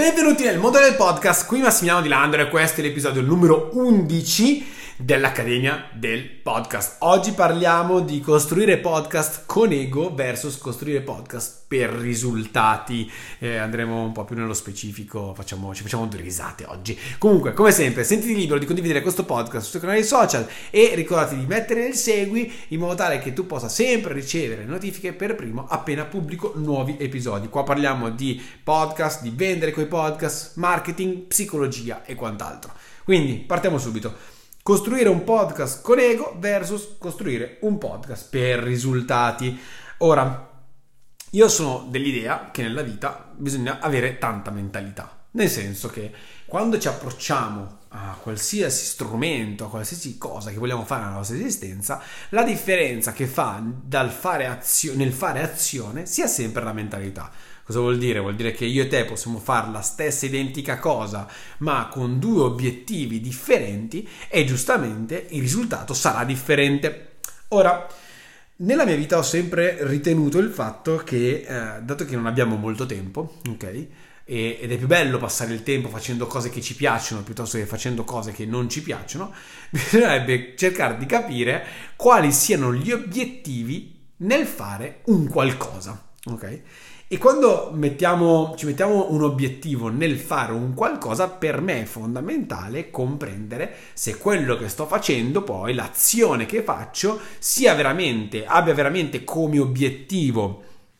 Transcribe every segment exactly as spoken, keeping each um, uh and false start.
Benvenuti nel mondo del podcast, qui Massimiliano Di Landro e questo è l'episodio numero undici dell'Accademia del Podcast. Oggi parliamo di costruire podcast con ego versus costruire podcast per risultati. Eh, andremo un po' più nello specifico, facciamo, ci facciamo due risate oggi. Comunque, come sempre, sentiti libero di condividere questo podcast sui canali social e ricordati di mettere il segui in modo tale che tu possa sempre ricevere notifiche per primo appena pubblico nuovi episodi. Qua parliamo di podcast, di vendere coi podcast, marketing, psicologia e quant'altro. Quindi partiamo subito. Costruire un podcast con ego versus costruire un podcast per risultati. Ora, io sono dell'idea che nella vita bisogna avere tanta mentalità, nel senso che quando ci approcciamo a qualsiasi strumento, a qualsiasi cosa che vogliamo fare nella nostra esistenza, la differenza che fa dal fare azio- nel fare azione sia sempre la mentalità. Cosa vuol dire? Vuol dire che io e te possiamo fare la stessa identica cosa, ma con due obiettivi differenti e giustamente il risultato sarà differente. Ora, nella mia vita ho sempre ritenuto il fatto che, eh, dato che non abbiamo molto tempo, ok? Ed è più bello passare il tempo facendo cose che ci piacciono piuttosto che facendo cose che non ci piacciono, bisognerebbe cercare di capire quali siano gli obiettivi nel fare un qualcosa, ok? E quando mettiamo, ci mettiamo un obiettivo nel fare un qualcosa, per me è fondamentale comprendere se quello che sto facendo, poi l'azione che faccio, sia veramente, abbia veramente come obiettivo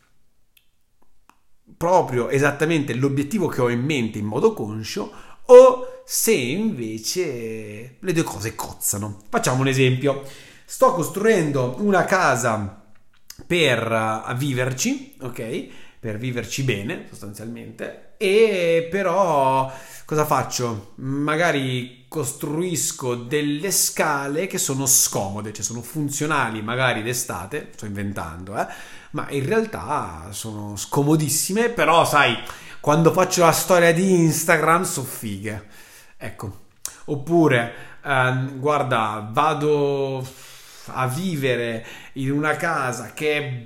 proprio esattamente l'obiettivo che ho in mente in modo conscio, o se invece le due cose cozzano. Facciamo un esempio. Sto costruendo una casa per uh, viverci, ok? Per viverci bene sostanzialmente, e però cosa faccio? Magari costruisco delle scale che sono scomode, cioè sono funzionali magari d'estate, sto inventando, eh? Ma in realtà sono scomodissime, però sai, quando faccio la storia di Instagram sono fighe, ecco. Oppure ehm, guarda, vado a vivere in una casa che è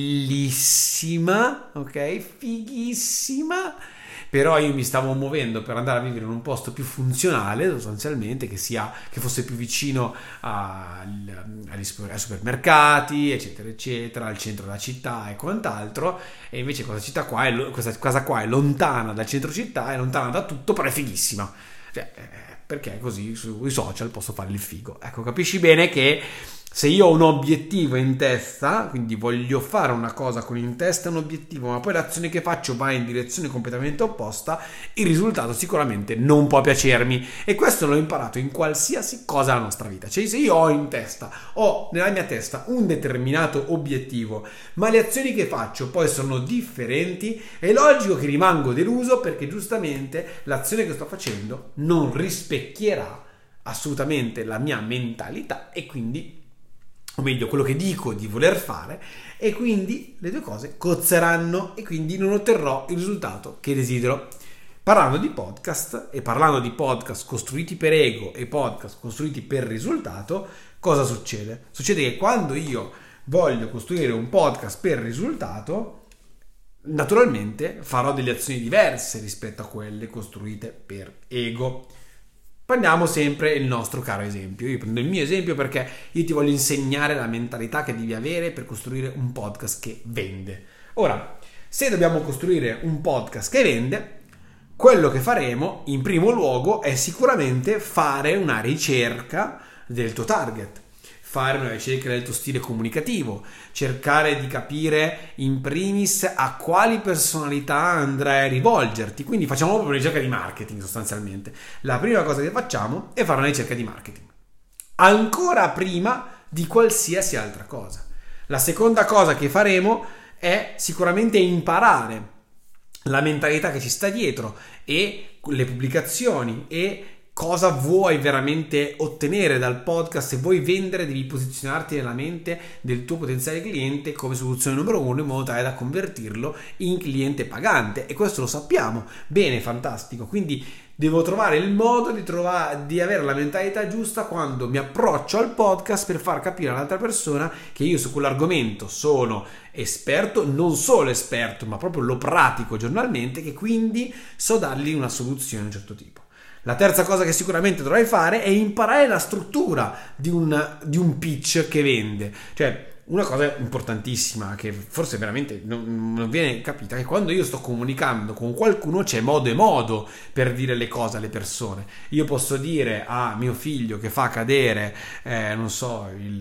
bellissima, ok, fighissima, però io mi stavo muovendo per andare a vivere in un posto più funzionale, sostanzialmente, che sia che fosse più vicino a, agli supermercati, eccetera eccetera, al centro della città e quant'altro. E invece questa città qua è, questa casa qua è lontana dal centro città, è lontana da tutto, però è fighissima, cioè, perché così sui social posso fare il figo. Ecco, capisci bene che se io ho un obiettivo in testa, quindi voglio fare una cosa con in testa un obiettivo, ma poi l'azione che faccio va in direzione completamente opposta, il risultato sicuramente non può piacermi. E questo l'ho imparato in qualsiasi cosa della nostra vita. Cioè, se io ho in testa, ho nella mia testa un determinato obiettivo, ma le azioni che faccio poi sono differenti, è logico che rimango deluso, perché giustamente l'azione che sto facendo non rispecchierà assolutamente la mia mentalità e quindi, o meglio, quello che dico di voler fare, e quindi le due cose cozzeranno e quindi non otterrò il risultato che desidero. Parlando di podcast e parlando di podcast costruiti per ego e podcast costruiti per risultato, cosa succede? Succede che quando io voglio costruire un podcast per risultato, naturalmente farò delle azioni diverse rispetto a quelle costruite per ego. Prendiamo sempre il nostro caro esempio. Io prendo il mio esempio perché io ti voglio insegnare la mentalità che devi avere per costruire un podcast che vende. Ora, se dobbiamo costruire un podcast che vende, quello che faremo in primo luogo è sicuramente fare una ricerca del tuo target, fare una ricerca del tuo stile comunicativo, cercare di capire in primis a quali personalità andrai a rivolgerti. Quindi facciamo proprio una ricerca di marketing sostanzialmente. La prima cosa che facciamo è fare una ricerca di marketing, ancora prima di qualsiasi altra cosa. La seconda cosa che faremo è sicuramente imparare la mentalità che ci sta dietro e le pubblicazioni e cosa vuoi veramente ottenere dal podcast. Se vuoi vendere, devi posizionarti nella mente del tuo potenziale cliente come soluzione numero uno, in modo tale da convertirlo in cliente pagante, e questo lo sappiamo bene. Fantastico. Quindi devo trovare il modo di, trovare, di avere la mentalità giusta quando mi approccio al podcast, per far capire all'altra persona che io su quell'argomento sono esperto, non solo esperto, ma proprio lo pratico giornalmente, che quindi so dargli una soluzione di un certo tipo. La terza cosa che sicuramente dovrai fare è imparare la struttura di un, di un pitch che vende. Cioè, una cosa importantissima che forse veramente non, non viene capita è che quando io sto comunicando con qualcuno c'è modo e modo per dire le cose alle persone. Io posso dire a mio figlio che fa cadere, eh, non so, il,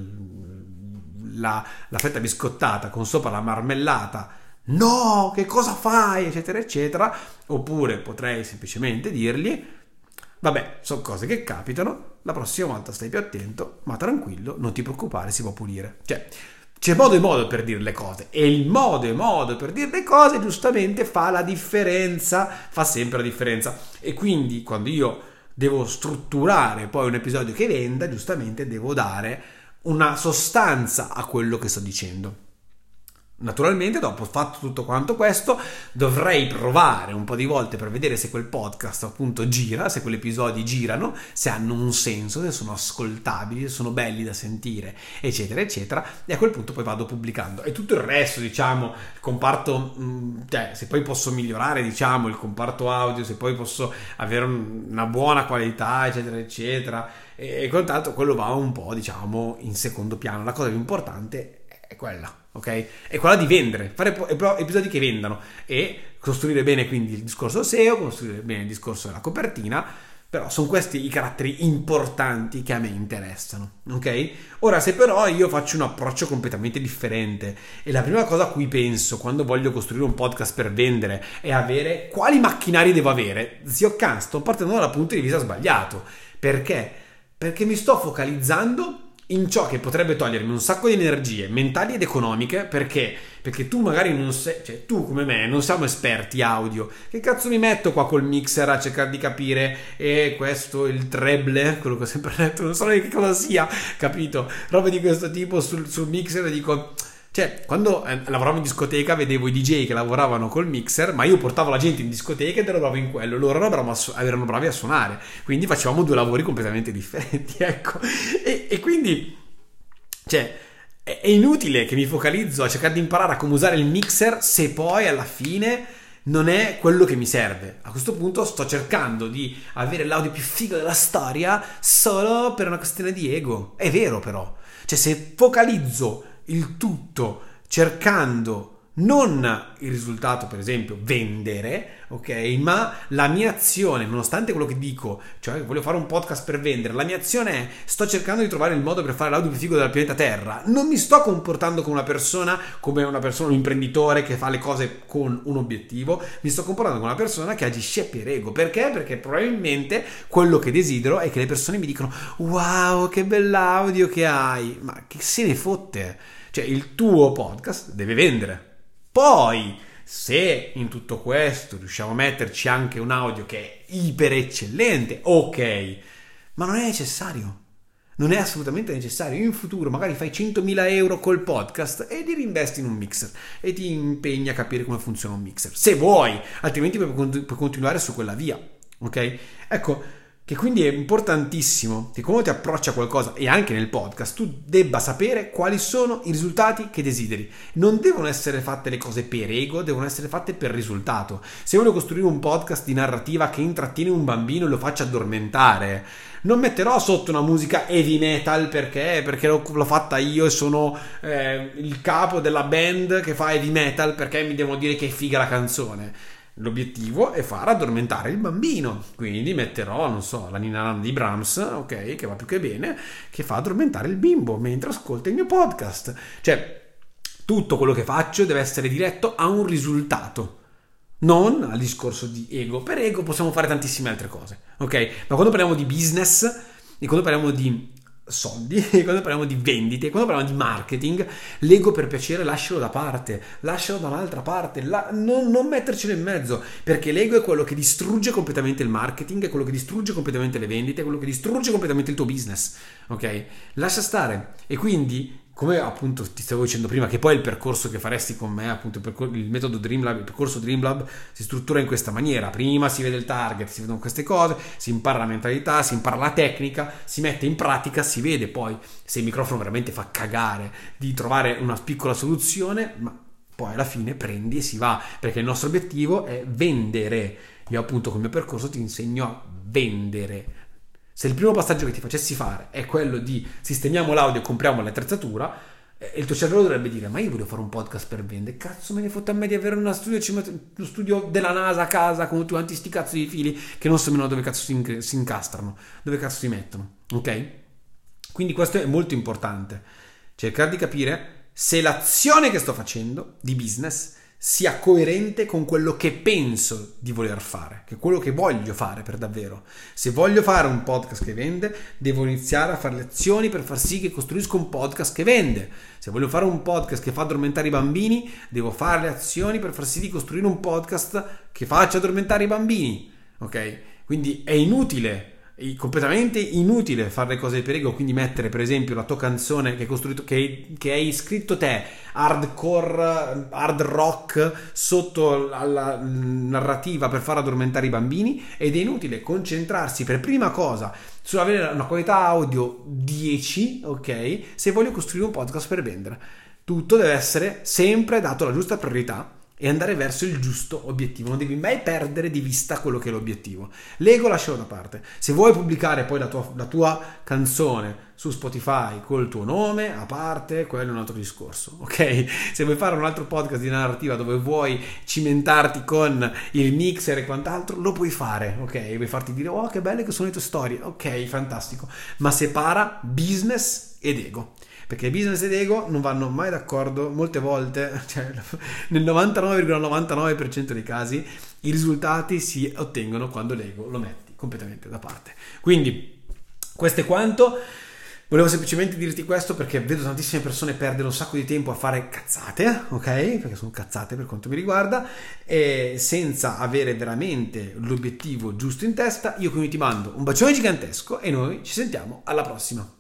la, la fetta biscottata con sopra la marmellata: no, che cosa fai, eccetera eccetera. Oppure potrei semplicemente dirgli: vabbè, sono cose che capitano, la prossima volta stai più attento, ma tranquillo, non ti preoccupare, si può pulire. Cioè, c'è modo e modo per dire le cose, e il modo e modo per dire le cose giustamente fa la differenza, fa sempre la differenza. E quindi quando io devo strutturare poi un episodio che venda, giustamente devo dare una sostanza a quello che sto dicendo. Naturalmente, dopo fatto tutto quanto questo, dovrei provare un po' di volte per vedere se quel podcast appunto gira, se quegli episodi girano, se hanno un senso, se sono ascoltabili, se sono belli da sentire, eccetera eccetera, e a quel punto poi vado pubblicando. E tutto il resto, diciamo, il comparto, cioè se poi posso migliorare, diciamo, il comparto audio, se poi posso avere una buona qualità, eccetera eccetera, e quant'altro, quello va un po', diciamo, in secondo piano. La cosa più importante è quella, ok? È quella di vendere, fare episodi che vendano e costruire bene quindi il discorso S E O, costruire bene il discorso della copertina. Però sono questi i caratteri importanti che a me interessano, ok? Ora, se però io faccio un approccio completamente differente e la prima cosa a cui penso quando voglio costruire un podcast per vendere è avere quali macchinari devo avere, zio Can, sto partendo dal punto di vista sbagliato. Perché? Perché mi sto focalizzando in ciò che potrebbe togliermi un sacco di energie mentali ed economiche. Perché? Perché tu magari non sei, cioè tu come me non siamo esperti audio. Che cazzo mi metto qua col mixer a cercare di capire e eh, questo il treble, quello che ho sempre detto, non so che cosa sia, capito? Robe di questo tipo sul, sul mixer, e dico, cioè, quando eh, lavoravo in discoteca vedevo i D J che lavoravano col mixer, ma io portavo la gente in discoteca ed ero bravo in quello, loro erano bravi a, su- erano bravi a suonare, quindi facevamo due lavori completamente differenti, ecco. E, e quindi, cioè, è, è inutile che mi focalizzo a cercare di imparare a come usare il mixer se poi alla fine non è quello che mi serve. A questo punto sto cercando di avere l'audio più figo della storia solo per una questione di ego. È vero, però, cioè, se focalizzo il tutto cercando non il risultato, per esempio vendere, ok, ma la mia azione, nonostante quello che dico, cioè voglio fare un podcast per vendere, la mia azione è: sto cercando di trovare il modo per fare l'audio più figo del pianeta Terra. Non mi sto comportando come una persona, come una persona, un imprenditore che fa le cose con un obiettivo, mi sto comportando come una persona che agisce per ego. Perché? Perché probabilmente quello che desidero è che le persone mi dicano: wow, che bell'audio che hai. Ma che se ne fotte? Cioè, il tuo podcast deve vendere. Poi, se in tutto questo riusciamo a metterci anche un audio che è iper eccellente, ok, ma non è necessario. Non è assolutamente necessario. In futuro magari fai centomila euro col podcast e li reinvesti in un mixer e ti impegni a capire come funziona un mixer, se vuoi, altrimenti puoi continuare su quella via, ok? Ecco, che quindi è importantissimo che quando ti approcci a qualcosa, e anche nel podcast, tu debba sapere quali sono i risultati che desideri. Non devono essere fatte le cose per ego, devono essere fatte per risultato. Se voglio costruire un podcast di narrativa che intrattiene un bambino e lo faccia addormentare, non metterò sotto una musica heavy metal perché, perché l'ho, l'ho fatta io e sono eh, il capo della band che fa heavy metal, perché mi devono dire che è figa la canzone. L'obiettivo è far addormentare il bambino, quindi metterò, non so, la Ninna Nanna di Brahms, ok, che va più che bene, che fa addormentare il bimbo mentre ascolta il mio podcast. Cioè, tutto quello che faccio deve essere diretto a un risultato, non al discorso di ego. Per ego possiamo fare tantissime altre cose, ok? Ma quando parliamo di business e quando parliamo di soldi, e quando parliamo di vendite, e quando parliamo di marketing, l'ego per piacere lascialo da parte, lascialo da un'altra parte, la, non, non mettercelo in mezzo, perché l'ego è quello che distrugge completamente il marketing, è quello che distrugge completamente le vendite, è quello che distrugge completamente il tuo business, ok? Lascia stare. E quindi, come appunto ti stavo dicendo prima, che poi il percorso che faresti con me, appunto il, percor- il metodo Dreamlab, il percorso Dreamlab si struttura in questa maniera: prima si vede il target, si vedono queste cose, si impara la mentalità, si impara la tecnica, si mette in pratica, si vede poi se il microfono veramente fa cagare, di trovare una piccola soluzione, ma poi alla fine prendi e si va, perché il nostro obiettivo è vendere. Io appunto col mio percorso ti insegno a vendere. Se il primo passaggio che ti facessi fare è quello di sistemiamo l'audio e compriamo l'attrezzatura, eh, il tuo cervello dovrebbe dire: ma io voglio fare un podcast per vendere, cazzo me ne fotte a me di avere uno studio, uno studio della NASA a casa con tutti quanti sti cazzo di fili che non so nemmeno dove cazzo si, inc- si incastrano, dove cazzo si mettono, ok? Quindi questo è molto importante, cercare di capire se l'azione che sto facendo di business sia coerente con quello che penso di voler fare, che è quello che voglio fare per davvero. Se voglio fare un podcast che vende, devo iniziare a fare le azioni per far sì che costruisca un podcast che vende. Se voglio fare un podcast che fa addormentare i bambini, devo fare le azioni per far sì di costruire un podcast che faccia addormentare i bambini, ok? Quindi è inutile, è completamente inutile fare le cose per ego, quindi mettere per esempio la tua canzone che hai costruito, che, che hai scritto te, hardcore, hard rock, sotto alla narrativa per far addormentare i bambini, ed è inutile concentrarsi per prima cosa sull'avere una qualità audio dieci, ok? Se voglio costruire un podcast per vendere, tutto deve essere sempre dato la giusta priorità e andare verso il giusto obiettivo. Non devi mai perdere di vista quello che è l'obiettivo. L'ego lascialo da parte. Se vuoi pubblicare poi la tua, la tua canzone su Spotify col tuo nome, a parte, quello è un altro discorso, ok? Se vuoi fare un altro podcast di narrativa dove vuoi cimentarti con il mixer e quant'altro, lo puoi fare, ok? Vuoi farti dire: oh, che belle che sono le tue storie, ok, fantastico. Ma separa business ed ego, perché business ed ego non vanno mai d'accordo. Molte volte, cioè nel novantanove virgola novantanove per cento dei casi, i risultati si ottengono quando l'ego lo metti completamente da parte. Quindi questo è quanto. Volevo semplicemente dirti questo perché vedo tantissime persone perdere un sacco di tempo a fare cazzate, ok? Perché sono cazzate per quanto mi riguarda, e senza avere veramente l'obiettivo giusto in testa. Io quindi ti mando un bacione gigantesco e noi ci sentiamo alla prossima.